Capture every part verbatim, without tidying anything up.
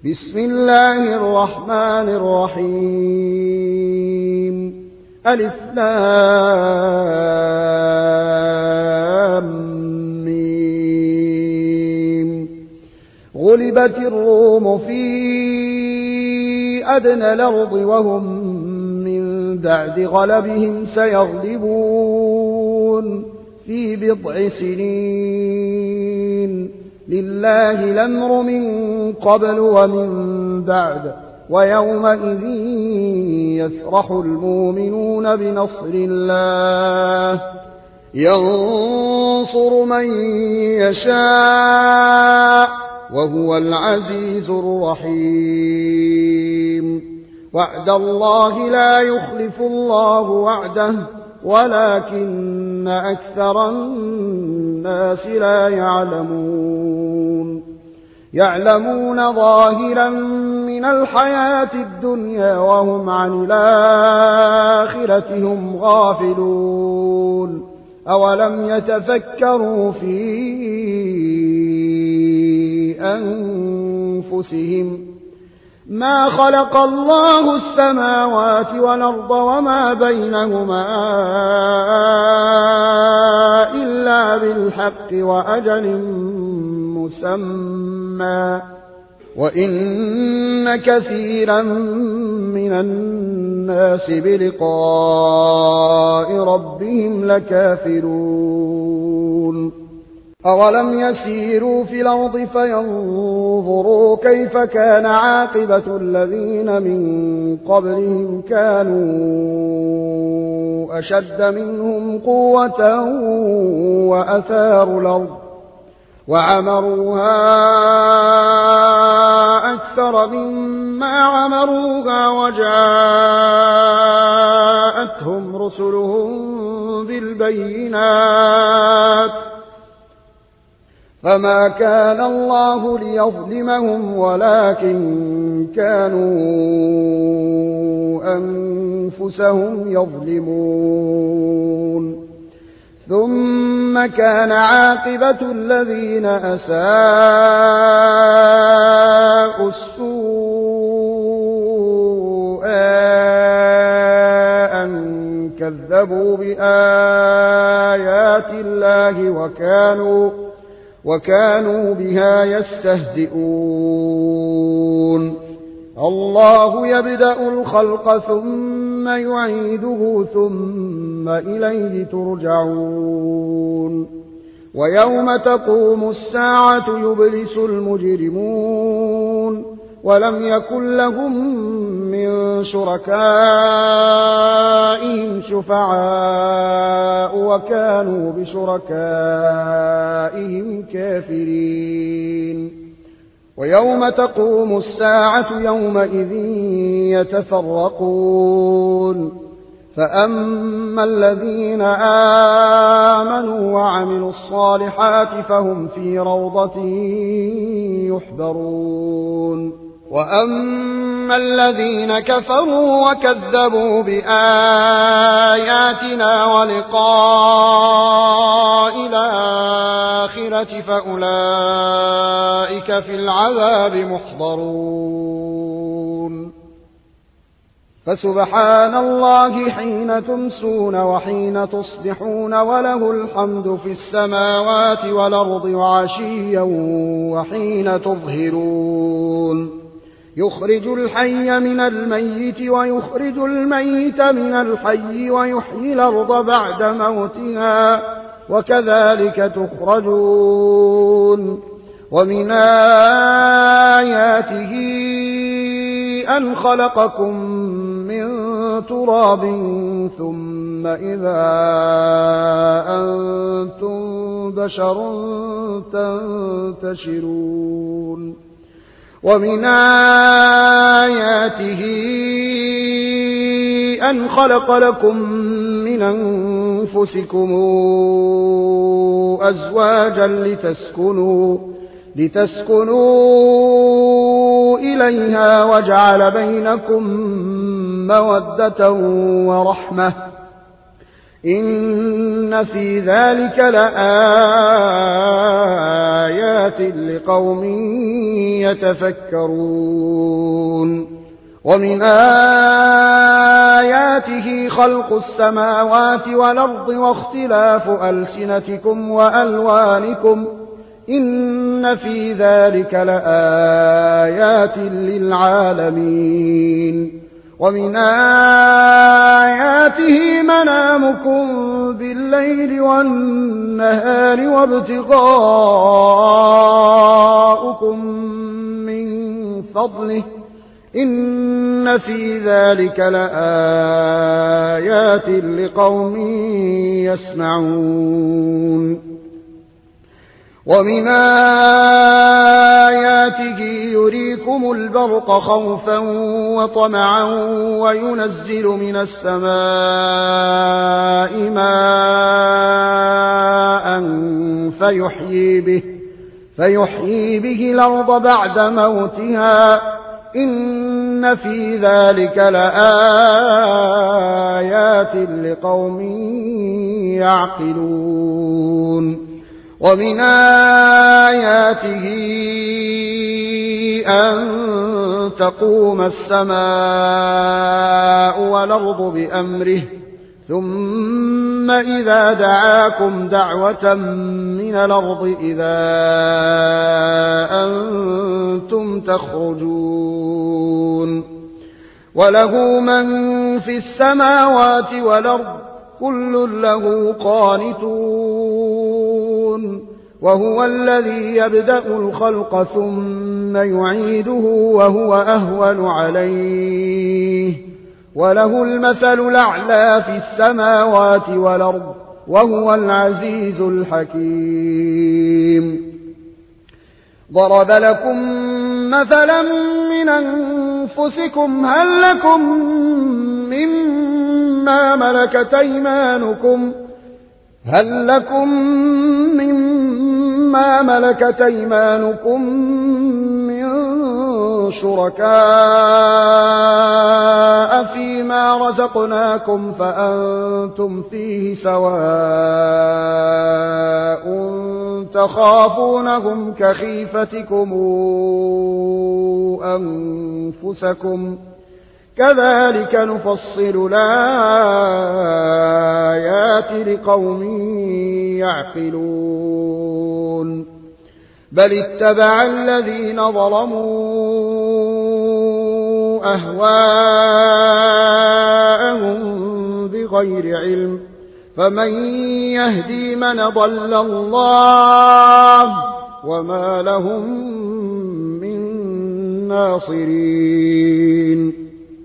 بسم الله الرحمن الرحيم. ألف لام ميم. غلبت الروم في أدنى الأرض وهم من بعد غلبهم سيغلبون في بضع سنين. لله الأمر من قبل ومن بعد ويومئذ يفرح المؤمنون بنصر الله ينصر من يشاء وهو العزيز الرحيم. وعد الله لا يخلف الله وعده ولكن أكثر الناس لا يعلمون. يعلمون ظاهرا من الحياة الدنيا وهم عن الآخرة هم غافلون. أولم يتفكروا في أنفسهم ما خلق الله السماوات والأرض وما بينهما إلا بالحق وأجل مسمى وإن كثيرا من الناس بلقاء ربهم لكافرون. أولم يسيروا في الأرض فينظروا كيف كان عاقبة الذين من قبلهم كانوا أشد منهم قوة وأثاروا الأرض وعمروها أكثر مما عمروها وجاءتهم رسلهم بالبينات فما كان الله ليظلمهم ولكن كانوا أنفسهم يظلمون. ثم كان عاقبة الذين أساءوا السوء أن كذبوا بآيات الله وكانوا وكانوا بها يستهزئون. الله يبدأ الخلق ثم يعيده ثم إليه ترجعون. ويوم تقوم الساعة يبلس المجرمون ولم يكن لهم من شركائهم شفعاء وكانوا بشركائهم كافرين. ويوم تقوم الساعة يومئذ يتفرقون فأما الذين آمنوا وعملوا الصالحات فهم في روضة يحبرون. وأما الذين كفروا وكذبوا بآياتنا ولقاء الآخرة فأولئك في العذاب محضرون. فسبحان الله حين تمسون وحين تصبحون وله الحمد في السماوات والأرض وعشيا وحين تظهرون. يخرج الحي من الميت ويخرج الميت من الحي ويحيي الأرض بعد موتها وكذلك تخرجون. ومن آياته أن خلقكم من تراب ثم إذا أنتم بشر تنتشرون. ومن آياته أن خلق لكم من أنفسكم أزواجا لتسكنوا لتسكنوا إليها وجعل بينكم مودة ورحمة إن في ذلك لآيات لقوم يتفكرون ومن آياته خلق السماوات والأرض واختلاف ألسنتكم وألوانكم إن في ذلك لآيات للعالمين ومن آياته منامكم بالليل والنهار وابتغاؤكم من فضله إن في ذلك لآيات لقوم يسمعون ومن آياته يريكم البرق خوفا وطمعا وينزل من السماء ماء فيحيي به, فيحيي به الأرض بعد موتها إن في ذلك لآيات لقوم يعقلون ومن آياته أن تقوم السماء والأرض بأمره ثم إذا دعاكم دعوة من الأرض إذا أنتم تخرجون وله من في السماوات والأرض كل له قانتون وهو الذي يبدأ الخلق ثم يعيده وهو أهون عليه وله المثل الأعلى في السماوات والأرض وهو العزيز الحكيم ضرب لكم مثلا من أنفسكم هل لكم مما ملكت أيمانكم هل لكم مما ملكت أيمانكم من شركاء فيما رزقناكم فأنتم فيه سواء تخافونهم كخيفتكم أنفسكم كذلك نفصل الآيات لقوم يعقلون بل اتبع الذين ظلموا أهواءهم بغير علم فمن يهدي من ضل الله وما لهم من ناصرين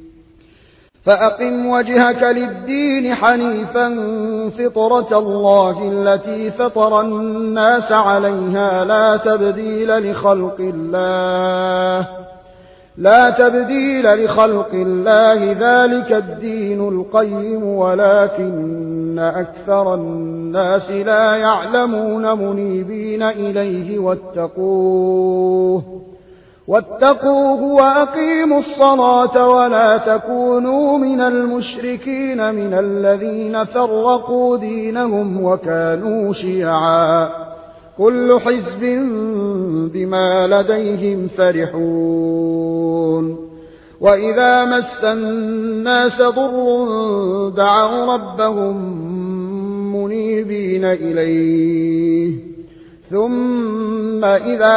فأقم وجهك للدين حنيفا فطرة الله التي فطر الناس عليها لا تبديل لخلق الله لا تبديل لخلق الله ذلك الدين القيم ولكن أكثر الناس لا يعلمون منيبين إليه واتقوه واتقوه وأقيموا الصلاة ولا تكونوا من المشركين من الذين فرقوا دينهم وكانوا شيعا كل حزب بما لديهم فرحون وإذا مس الناس ضر دعوا ربهم منيبين إليه ثم إذا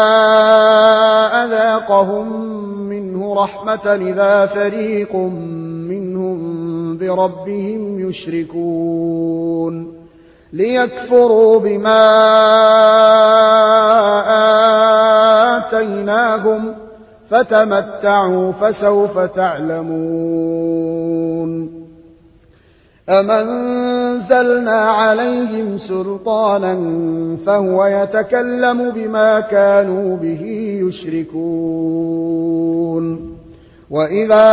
أذاقهم منه رحمة إذا فريق منهم بربهم يشركون ليكفروا بما آتيناهم فتمتعوا فسوف تعلمون أم أنزلنا عليهم سلطانا فهو يتكلم بما كانوا به يشركون وإذا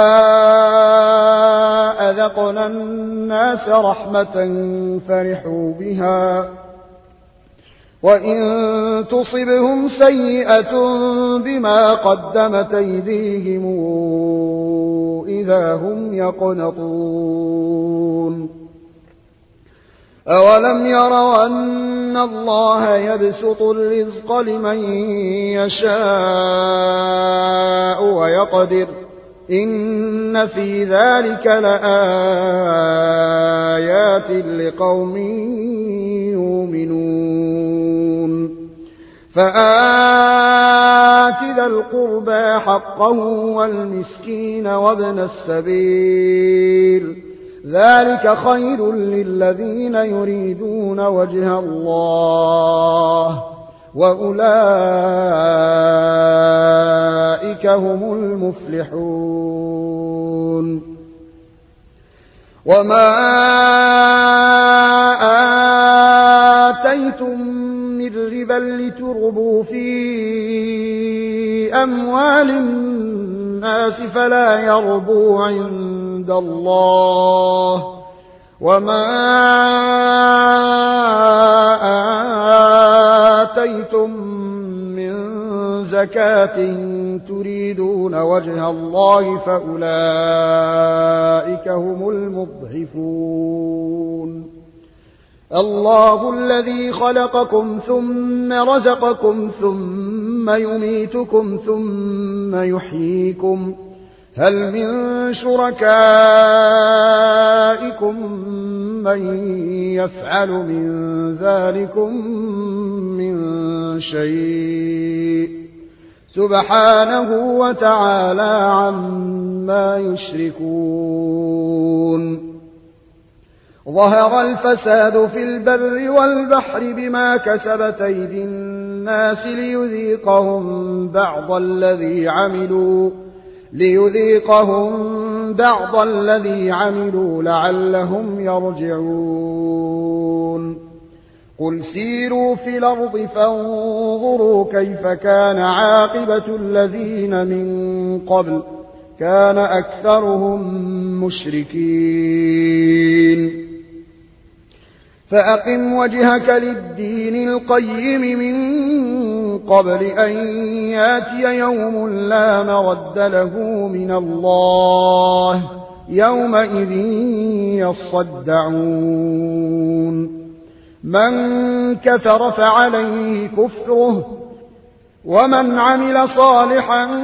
أذقنا الناس رحمة فرحوا بها وإن تصبهم سيئة بما قدمت أيديهم إذا هم يقنطون أولم يروا أن الله يبسط الرزق لمن يشاء ويقدر إن في ذلك لآيات لقوم يؤمنون فآت ذا القربى حقه والمسكين وابن السبيل ذلك خير للذين يريدون وجه الله وأولئك هم المفلحون وما آتيتم من ربا لتربوا في أموال الناس فلا يربو عند الله وما آتيتم من زكاة تريدون وجه الله فأولئك هم المضعفون الله الذي خلقكم ثم رزقكم ثم يميتكم ثم يحييكم هل من شركائكم من يفعل من ذلكم من شيء سبحانه وتعالى عما يشركون ظهر الفساد في البر والبحر بما كسبت أيدي الناس ليذيقهم بعض الذي عملوا ليذيقهم بعض الذي عملوا لعلهم يرجعون قل سيروا في الأرض فانظروا كيف كان عاقبة الذين من قبل كان أكثرهم مشركين فأقم وجهك للدين القيم من قبل أن ياتي يوم لا مرد له من الله يومئذ يصدعون من كفر فعليه كفره ومن عمل صالحا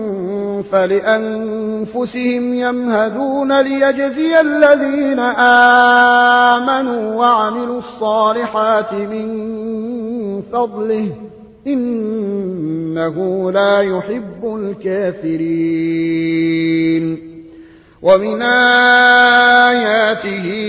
فلأنفسهم يمهدون ليجزي الذين آمنوا وعملوا الصالحات من فضله إنه لا يحب الكافرين ومن آياته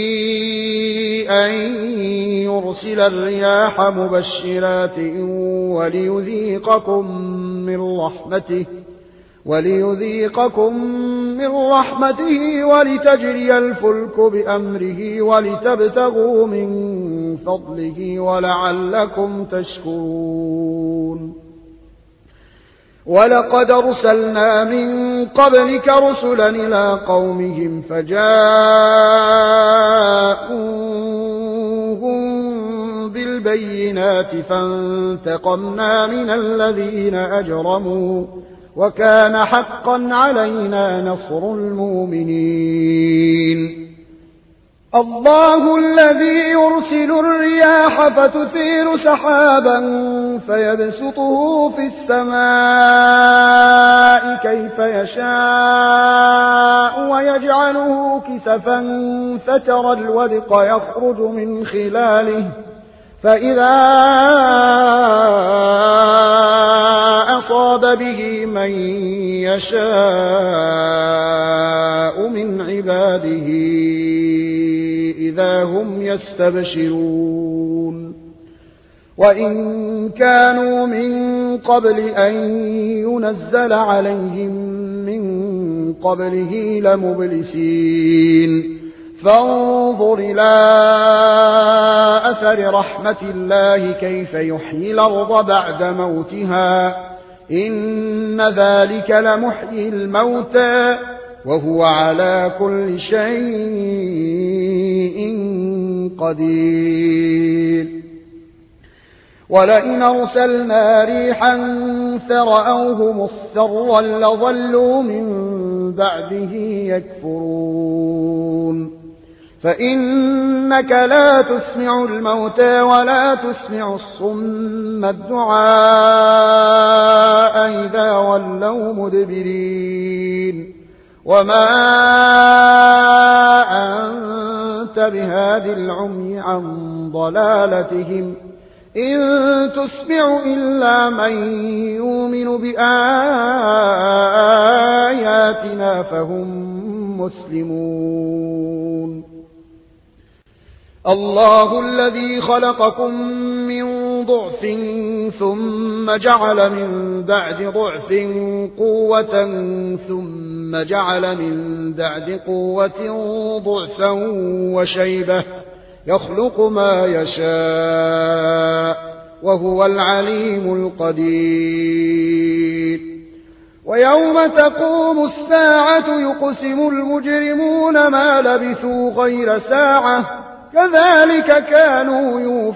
أن يرسل الرياح مبشرات وليذيقكم من رحمته وليذيقكم من رحمته ولتجري الفلك بأمره ولتبتغوا من فضله ولعلكم تشكرون ولقد أرسلنا من قبلك رسلا إلى قومهم فجاءوهم بالبينات فانتقمنا من الذين أجرموا وكان حقا علينا نصر المؤمنين الله الذي يرسل الرياح فتثير سحابا فيبسطه في السماء كيف يشاء ويجعله كسفا فترى الودق يخرج من خلاله فإذا أصاب به من يشاء من عباده إذا هم يستبشرون وإن كانوا من قبل أن ينزل عليهم من قبله لمبلسين فانظر إلى أثر رحمة الله كيف يحيي الأرض بعد موتها إن ذلك لمحيي الموتى وهو على كل شيء قدير ولئن أرسلنا ريحا فرأوه مصفرا لظلوا من بعده يكفرون فإنك لا تسمع الموتى ولا تسمع الصم الدعاء إذا ولوا مدبرين وما أنت بهاد العمي عن ضلالتهم إن تسمع إلا من يؤمن بآياتنا فهم مسلمون. الله الذي خلقكم من ضعف ثم جعل من بعد ضعف قوة ثم جعل من بعد قوة ضعفا وشيبة يخلق ما يشاء وهو العليم القدير. ويوم تقوم الساعة يقسم المجرمون ما لبثوا غير ساعة كذلك كانوا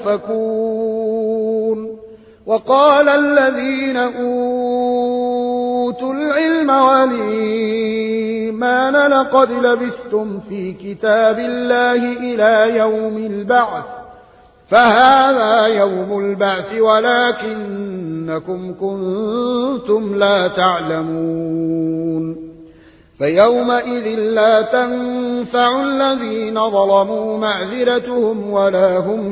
يؤفكون. وقال الذين أوتوا العلم والإيمان لقد لبثتم في كتاب الله إلى يوم البعث فهذا يوم البعث ولكنكم كنتم لا تعلمون. فيومئذ لا تنفع الذين ظلموا معذرتهم ولا هم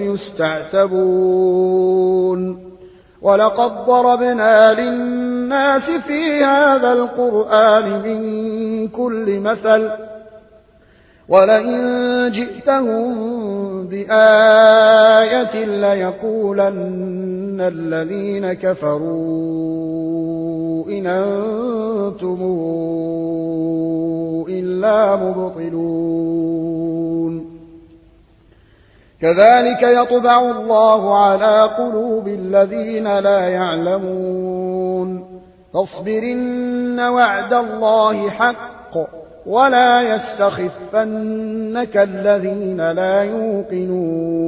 يستعتبون. ولقد ضربنا للناس في هذا القرآن من كل مثل ولئن جئتهم بآية ليقولن الذين كفروا إن أنتم إلا مبطلون. كذلك يطبع الله على قلوب الذين لا يعلمون. فاصبرن وعد الله حق ولا يستخفنك الذين لا يوقنون.